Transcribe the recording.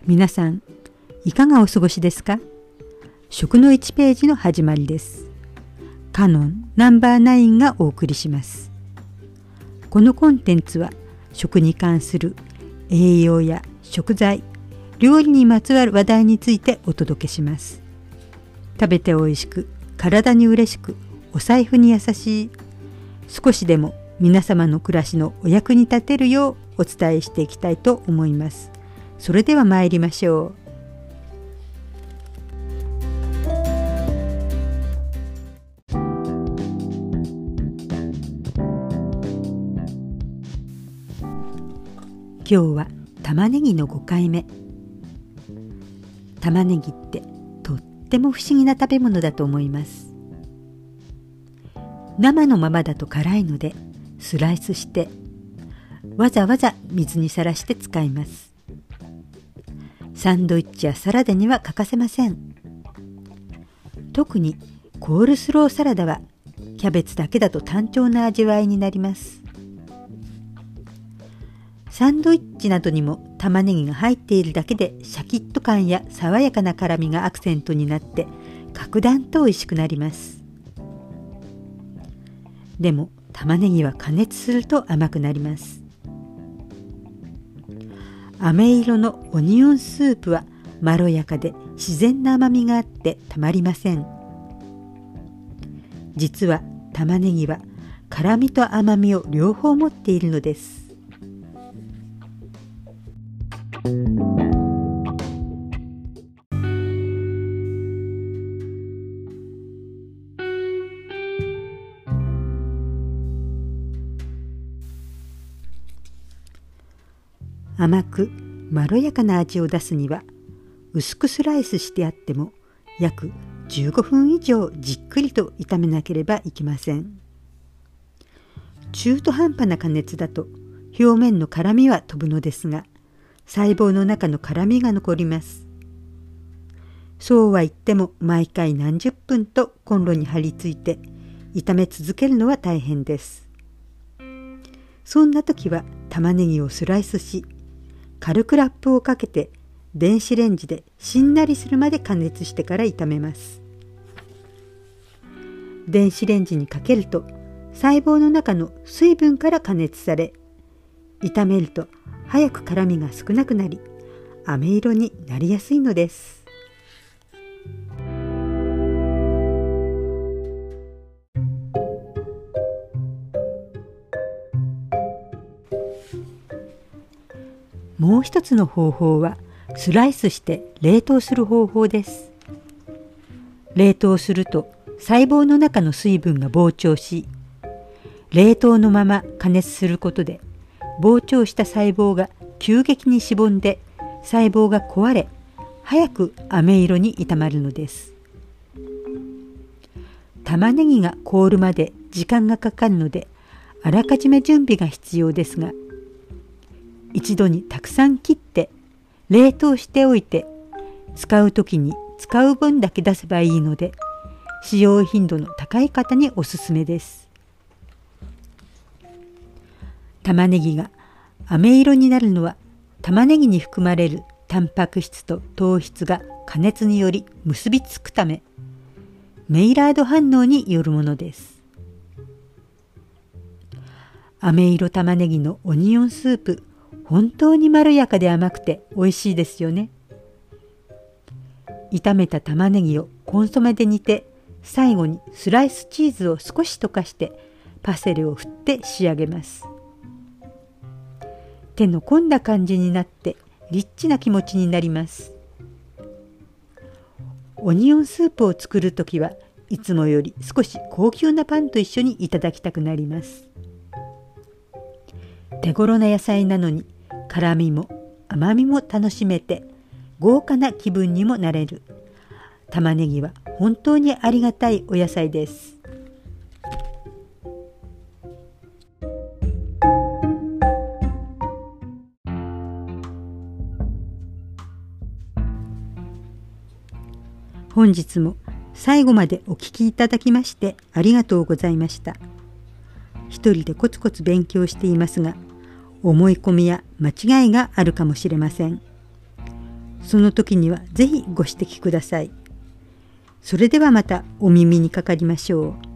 皆さん、いかがお過ごしですか？食の1ページの始まりです。カノンナンバー9がお送りします。このコンテンツは食に関する栄養や食材、料理にまつわる話題についてお届けします。食べておいしく、体に嬉しく、お財布に優しい、少しでも皆様の暮らしのお役に立てるようお伝えしていきたいと思います。それでは参りましょう。今日は玉ねぎの5回目。玉ねぎってとっても不思議な食べ物だと思います。生のままだと辛いのでスライスしてわざわざ水にさらして使います。サンドイッチやサラダには欠かせません。特にコールスローサラダはキャベツだけだと単調な味わいになります。サンドイッチなどにも玉ねぎが入っているだけでシャキッと感や爽やかな辛みがアクセントになって格段と美味しくなります。でも玉ねぎは加熱すると甘くなります。飴色のオニオンスープはまろやかで自然な甘みがあってたまりません。実は玉ねぎは辛みと甘みを両方持っているのです。甘くまろやかな味を出すには薄くスライスしてあっても約15分以上じっくりと炒めなければいけません。中途半端な加熱だと表面の辛みは飛ぶのですが細胞の中の辛みが残ります。そうは言っても毎回何十分とコンロに張り付いて炒め続けるのは大変です。そんな時は玉ねぎをスライスし軽くラップをかけて電子レンジでしんなりするまで加熱してから炒めます。電子レンジにかけると細胞の中の水分から加熱され炒めると早く辛みが少なくなり飴色になりやすいのです。もう一つの方法はスライスして冷凍する方法です。冷凍すると細胞の中の水分が膨張し、冷凍のまま加熱することで膨張した細胞が急激にしぼんで細胞が壊れ、早く飴色に炒まるのです。玉ねぎが凍るまで時間がかかるので、あらかじめ準備が必要ですが、一度にたくさん切って冷凍しておいて使うときに使う分だけ出せばいいので使用頻度の高い方におすすめです。玉ねぎが飴色になるのは玉ねぎに含まれるタンパク質と糖質が加熱により結びつくためメイラード反応によるものです。飴色玉ねぎのオニオンスープ、本当にまろやかで甘くて美味しいですよね。炒めた玉ねぎをコンソメで煮て、最後にスライスチーズを少し溶かしてパセリを振って仕上げます。手の込んだ感じになってリッチな気持ちになります。オニオンスープを作るときはいつもより少し高級なパンと一緒にいただきたくなります。手頃な野菜なのに辛みも甘みも楽しめて豪華な気分にもなれる玉ねぎは本当にありがたいお野菜です。本日も最後までお聞きいただきましてありがとうございました。一人でコツコツ勉強していますが、思い込みや間違いがあるかもしれません。 その時にはぜひご指摘ください。それではまたお耳にかかりましょう。